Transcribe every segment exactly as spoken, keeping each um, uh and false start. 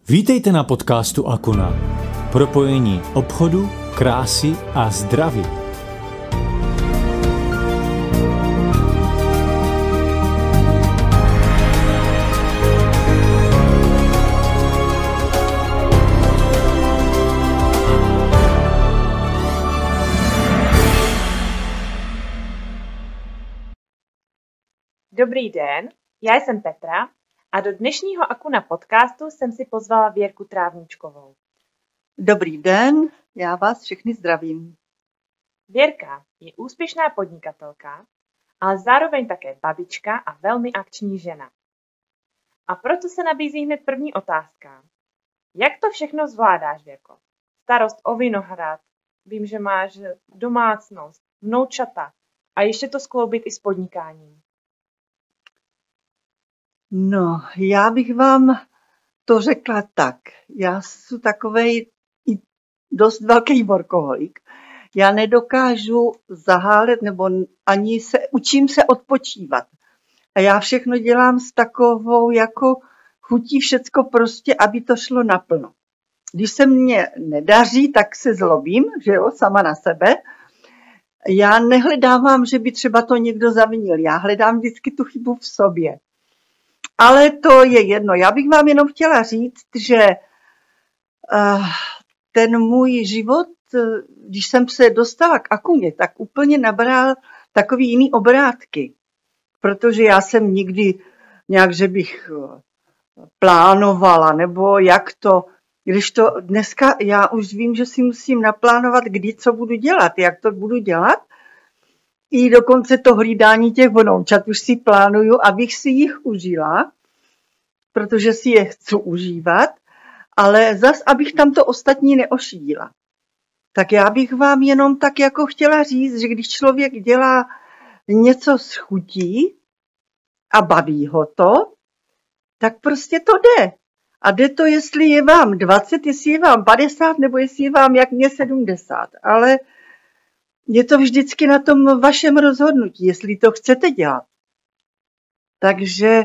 Vítejte na podcastu Akuna. Propojení obchodu, krásy a zdraví. Dobrý den, já jsem Petra a do dnešního Akuna podcastu jsem si pozvala Věrku Trávníčkovou. Dobrý den, já vás všechny zdravím. Věrka je úspěšná podnikatelka, ale zároveň také babička a velmi akční žena. A proto se nabízí hned první otázka. Jak to všechno zvládáš, Věrko? Starost o vinohrad, vím, že máš domácnost, vnoučata a ještě to skloubit i s podnikáním. No, já bych vám to řekla tak. Já jsem takovej dost velký workoholik. Já nedokážu zahálet nebo ani se, učím se odpočívat. A já všechno dělám s takovou jako chutí všecko prostě, aby to šlo naplno. Když se mně nedaří, tak se zlobím, že jo, sama na sebe. Já nehledávám, že by třeba to někdo zavinil. Já hledám vždycky tu chybu v sobě. Ale to je jedno. Já bych vám jenom chtěla říct, že uh, ten můj život, když jsem se dostala k Akuně, tak úplně nabral takový jiný obrátky. Protože já jsem nikdy nějak, že bych plánovala, nebo jak to, když to dneska já už vím, že si musím naplánovat, kdy co budu dělat, jak to budu dělat. I dokonce to hlídání těch vnoučat už si plánuju, abych si jich užila, protože si je chci užívat, ale zas, abych tam to ostatní neošidila. Tak já bych vám jenom tak jako chtěla říct, že když člověk dělá něco s chutí a baví ho to, tak prostě to jde. A jde to, jestli je vám dvacet, jestli je vám padesát, nebo jestli je vám jak mě sedmdesát. Ale je to vždycky na tom vašem rozhodnutí, jestli to chcete dělat. Takže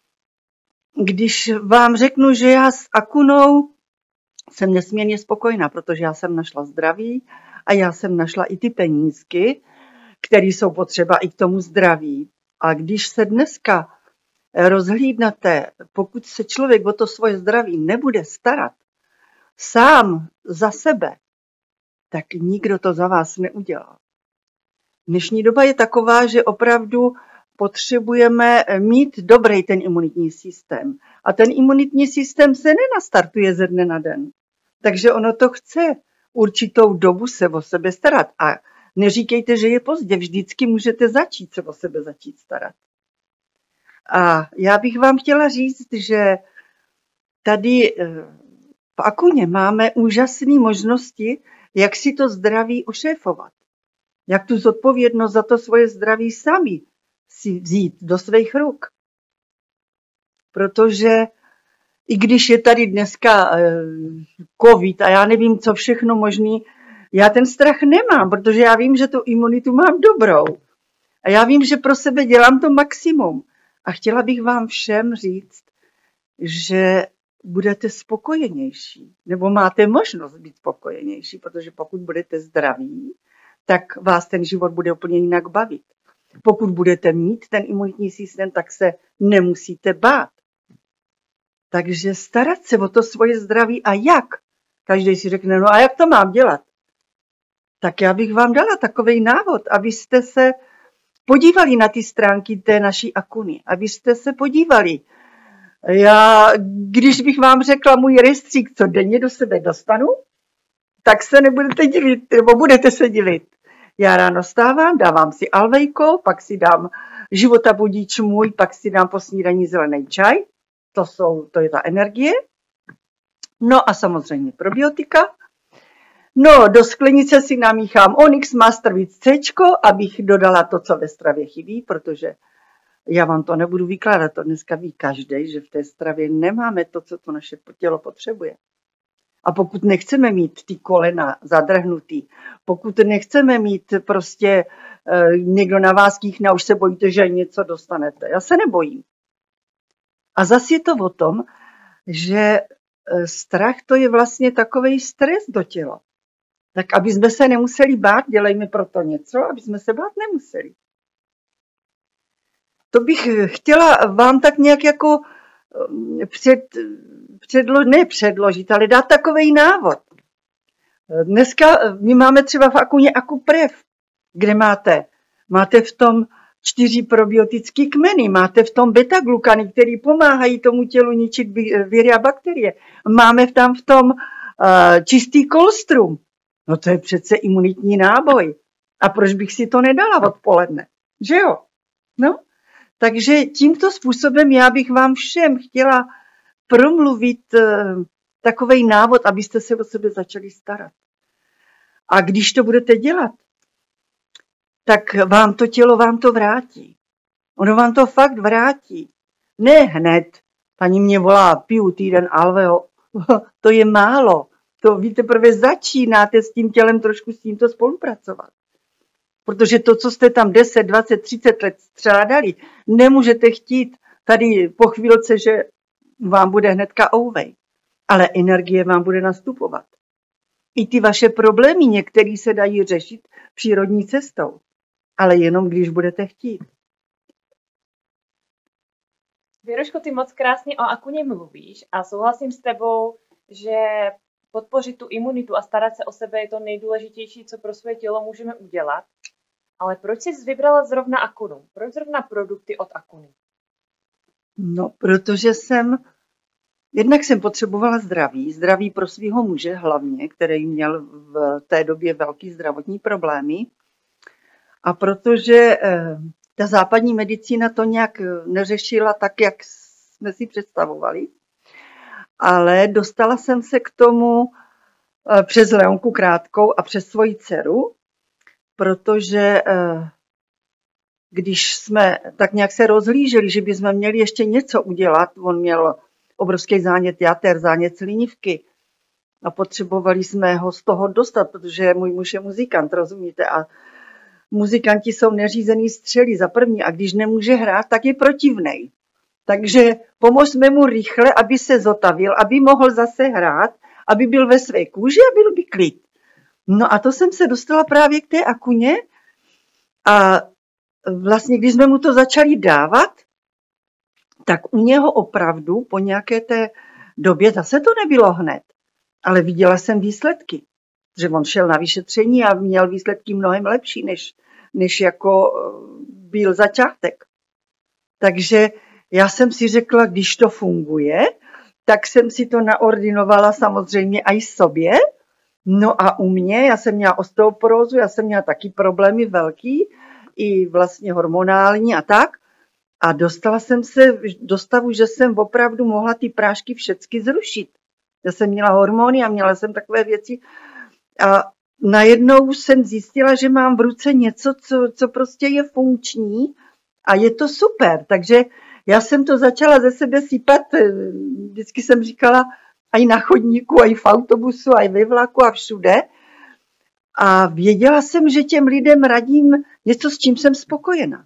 když vám řeknu, že já s Akunou jsem nesmírně spokojená, protože já jsem našla zdraví a já jsem našla i ty penízky, které jsou potřeba i k tomu zdraví. A když se dneska rozhlídnete, pokud se člověk o to svoje zdraví nebude starat sám za sebe, tak nikdo to za vás neudělá. Dnešní doba je taková, že opravdu potřebujeme mít dobrý ten imunitní systém. A ten imunitní systém se nenastartuje ze dne na den. Takže ono to chce určitou dobu se o sebe starat. A neříkejte, že je pozdě. Vždycky můžete začít se o sebe začít starat. A já bych vám chtěla říct, že tady v Akuně máme úžasné možnosti, jak si to zdraví ošéfovat. Jak tu zodpovědnost za to svoje zdraví sami si vzít do svých ruk. Protože i když je tady dneska covid a já nevím, co všechno možný, já ten strach nemám, protože já vím, že tu imunitu mám dobrou. A já vím, že pro sebe dělám to maximum. A chtěla bych vám všem říct, že budete spokojenější, nebo máte možnost být spokojenější, protože pokud budete zdraví, tak vás ten život bude úplně jinak bavit. Pokud budete mít ten imunitní systém, tak se nemusíte bát. Takže starat se o to svoje zdraví a jak? Každý si řekne, no a jak to mám dělat? Tak já bych vám dala takovej návod, abyste se podívali na ty stránky té naší Akuny, abyste se podívali. Já, když bych vám řekla můj rejstřík, co denně do sebe dostanu, tak se nebudete divit, nebo budete se divit. Já ráno stávám, dávám si alvejko, pak si dám životabudíč můj, pak si dám po snídani zelený čaj, to, jsou, to je ta energie. No a samozřejmě probiotika. No, do sklenice si namíchám Onyx Master víc C, abych dodala to, co ve stravě chybí, protože já vám to nebudu vykládat, to dneska ví každý, že v té stravě nemáme to, co to naše tělo potřebuje. A pokud nechceme mít ty kolena zadrhnutý, pokud nechceme mít prostě e, někdo na vás kýchne a už se bojíte, že něco dostanete. Já se nebojím. A zase je to o tom, že strach to je vlastně takovej stres do těla. Tak aby jsme se nemuseli bát, dělejme proto něco, aby jsme se bát nemuseli. To bych chtěla vám tak nějak jako před, předlo, ne předložit, ale dát takovej návod. Dneska my máme třeba v Akuně Akuprev, kde máte, máte v tom čtyři probiotické kmeny, máte v tom beta-glukany, které pomáhají tomu tělu ničit viry a bakterie. Máme tam v tom uh, čistý kolstrum. No to je přece imunitní náboj. A proč bych si to nedala odpoledne? Že jo? No, takže tímto způsobem já bych vám všem chtěla promluvit uh, takovej návod, abyste se o sebe začali starat. A když to budete dělat, tak vám to tělo vám to vrátí. Ono vám to fakt vrátí. Ne hned. Paní mě volá, piju týden Alveo. To je málo. To vy teprve začínáte s tím tělem trošku s tímto spolupracovat. Protože to, co jste tam deset, dvacet, třicet let střádali, nemůžete chtít tady po chvílce, že vám bude hnedka ouvej. Ale energie vám bude nastupovat. I ty vaše problémy některé se dají řešit přírodní cestou. Ale jenom když budete chtít. Věruško, ty moc krásně o Akuně mluvíš a souhlasím s tebou, že podpořit tu imunitu a starat se o sebe je to nejdůležitější, co pro své tělo můžeme udělat. Ale proč jsi vybrala zrovna Akunu? Proč zrovna produkty od Akuny? No, protože jsem, jednak jsem potřebovala zdraví, zdraví pro svého muže hlavně, který měl v té době velký zdravotní problémy. A protože eh, ta západní medicína to nějak neřešila tak, jak jsme si představovali, ale dostala jsem se k tomu eh, přes Leonku Krátkou a přes svoji dceru, protože eh, když jsme tak nějak se rozhlíželi, že bychom měli ještě něco udělat, on měl obrovský zánět jater, zánět slinivky a potřebovali jsme ho z toho dostat, protože můj muž je muzikant, rozumíte, a muzikanti jsou neřízený střely za první a když nemůže hrát, tak je protivnej. Takže pomozme mu rychle, aby se zotavil, aby mohl zase hrát, aby byl ve své kůži a byl by klid. No a to jsem se dostala právě k té Akuně a vlastně, když jsme mu to začali dávat, tak u něho opravdu po nějaké té době, zase to nebylo hned, ale viděla jsem výsledky. Že on šel na vyšetření a měl výsledky mnohem lepší, než, než jako byl začátek. Takže já jsem si řekla, když to funguje, tak jsem si to naordinovala samozřejmě i sobě. No a u mě, já jsem měla osteoporózu, já jsem měla taky problémy velký, i vlastně hormonální a tak. A dostala jsem se do stavu, že jsem opravdu mohla ty prášky všechny zrušit. Já jsem měla hormony a měla jsem takové věci. A najednou jsem zjistila, že mám v ruce něco, co, co prostě je funkční a je to super. Takže já jsem to začala ze sebe sypat, vždycky jsem říkala, i na chodníku, i v autobusu, i ve vlaku a všude. A věděla jsem, že těm lidem radím něco, s čím jsem spokojena.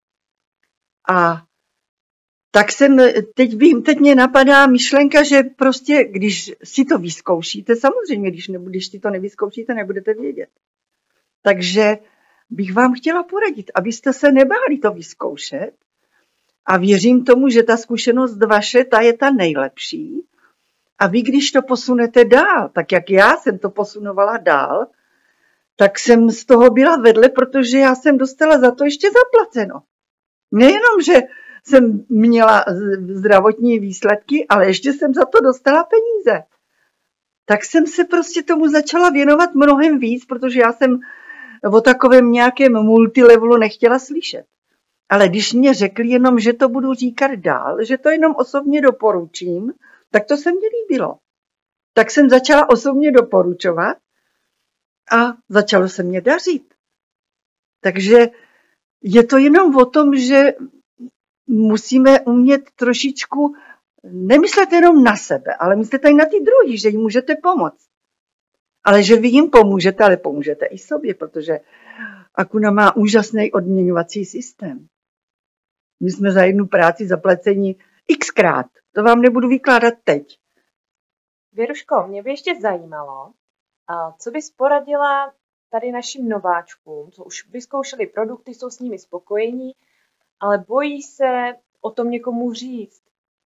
A tak jsem, teď, by, teď mě napadá myšlenka, že prostě, když si to vyzkoušíte, samozřejmě, když, ne, když si to nevyzkoušíte, nebudete vědět. Takže bych vám chtěla poradit, abyste se nebáli to vyzkoušet a věřím tomu, že ta zkušenost vaše, ta je ta nejlepší. A vy, když to posunete dál, tak jak já jsem to posunovala dál, tak jsem z toho byla vedle, protože já jsem dostala za to ještě zaplaceno. Nejenom, že jsem měla zdravotní výsledky, ale ještě jsem za to dostala peníze. Tak jsem se prostě tomu začala věnovat mnohem víc, protože já jsem o takovém nějakém multilevelu nechtěla slyšet. Ale když mě řekli jenom, že to budu říkat dál, že to jenom osobně doporučím, tak to se mně líbilo. Tak jsem začala osobně doporučovat a začalo se mě dařit. Takže je to jenom o tom, že musíme umět trošičku nemyslet jenom na sebe, ale myslet i na ty druhý, že jim můžete pomoct. Ale že vy jim pomůžete, ale pomůžete i sobě, protože Akuna má úžasný odměňovací systém. My jsme za jednu práci zaplaceni xkrát. To vám nebudu vykládat teď. Věruško, mě by ještě zajímalo, co bys poradila tady našim nováčkům, co už vyzkoušeli produkty, jsou s nimi spokojení, ale bojí se o tom někomu říct.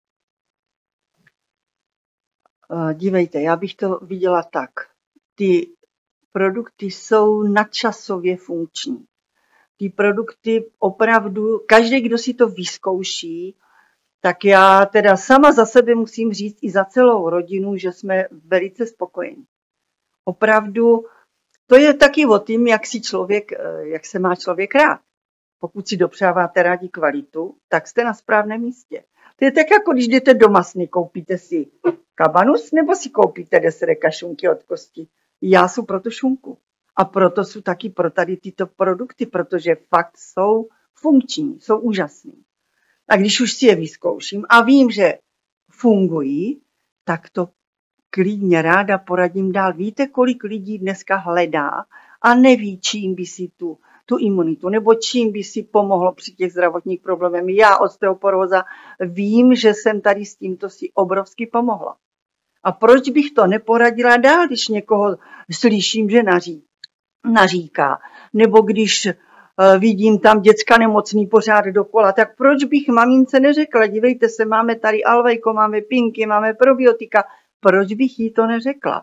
Dívejte, já bych to viděla tak. Ty produkty jsou nadčasově funkční. Ty produkty opravdu, každý, kdo si to vyzkouší, tak já teda sama za sebe musím říct i za celou rodinu, že jsme velice spokojení. Opravdu, to je taky o tím, jak si člověk, jak se má člověk rád. Pokud si dopřáváte rádi kvalitu, tak jste na správném místě. To je tak, jako když jdete do masny, koupíte si kabanus nebo si koupíte desereka šunky od kosti. Já jsem pro tu šunku. A proto jsou taky pro tady tyto produkty, protože fakt jsou funkční, jsou úžasný. A když už si je vyzkouším a vím, že fungují, tak to klidně ráda poradím dál. Víte, kolik lidí dneska hledá a neví, čím by si tu, tu imunitu, nebo čím by si pomohlo při těch zdravotních problémech. Já, osteoporóza, vím, že jsem tady s tímto si obrovsky pomohla. A proč bych to neporadila dál, když někoho slyším, že naří, naříká, nebo když vidím tam děcka nemocný pořád dokola, tak proč bych mamince neřekla, dívejte se, máme tady alvejko, máme pinky, máme probiotika, proč bych jí to neřekla?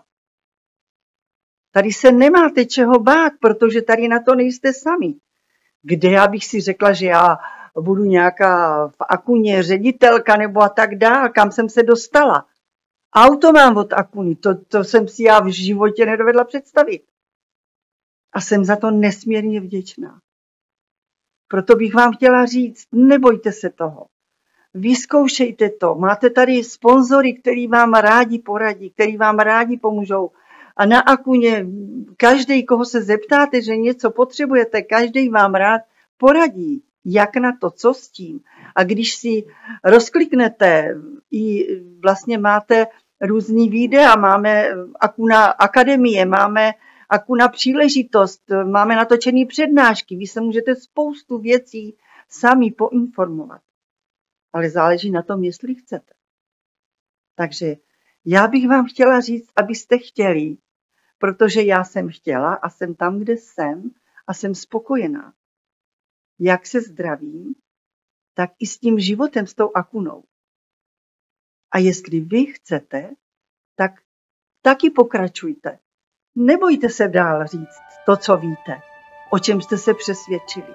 Tady se nemáte čeho bát, protože tady na to nejste sami. Kde já bych si řekla, že já budu nějaká v Akuně ředitelka nebo a tak dál, kam jsem se dostala. Auto mám od Akuny, to, to jsem si já v životě nedovedla představit. A jsem za to nesmírně vděčná. Proto bych vám chtěla říct, nebojte se toho. Vyzkoušejte to. Máte tady sponzory, který vám rádi poradí, který vám rádi pomůžou. A na Akuně každý, koho se zeptáte, že něco potřebujete, každý vám rád poradí, jak na to, co s tím. A když si rozkliknete, i vlastně máte různý videa, máme Akuna akademie, máme Akuna příležitost, máme natočené přednášky, vy se můžete spoustu věcí sami poinformovat. Ale záleží na tom, jestli chcete. Takže já bych vám chtěla říct, abyste chtěli, protože já jsem chtěla a jsem tam, kde jsem a jsem spokojená. Jak se zdravím, tak i s tím životem, s tou Akunou. A jestli vy chcete, tak taky pokračujte. Nebojte se dál říct to, co víte, o čem jste se přesvědčili.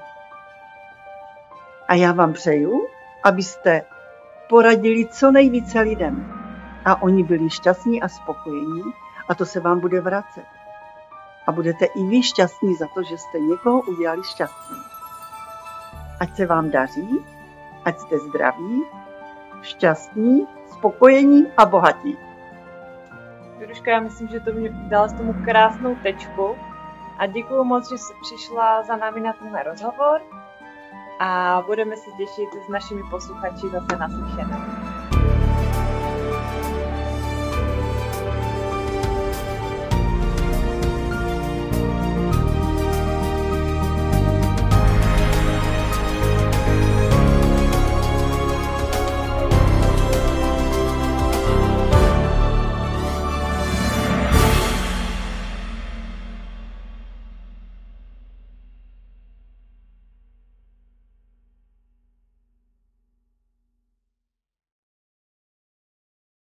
A já vám přeju, abyste poradili co nejvíce lidem a oni byli šťastní a spokojení a to se vám bude vracet. A budete i vy šťastní za to, že jste někoho udělali šťastný. Ať se vám daří, ať jste zdraví, šťastní, spokojení a bohatí. Věruška, já myslím, že to mě dala z tomu krásnou tečku a děkuju moc, že jsi přišla za námi na tenhle rozhovor a budeme se těšit s našimi posluchači zase naslyšenou.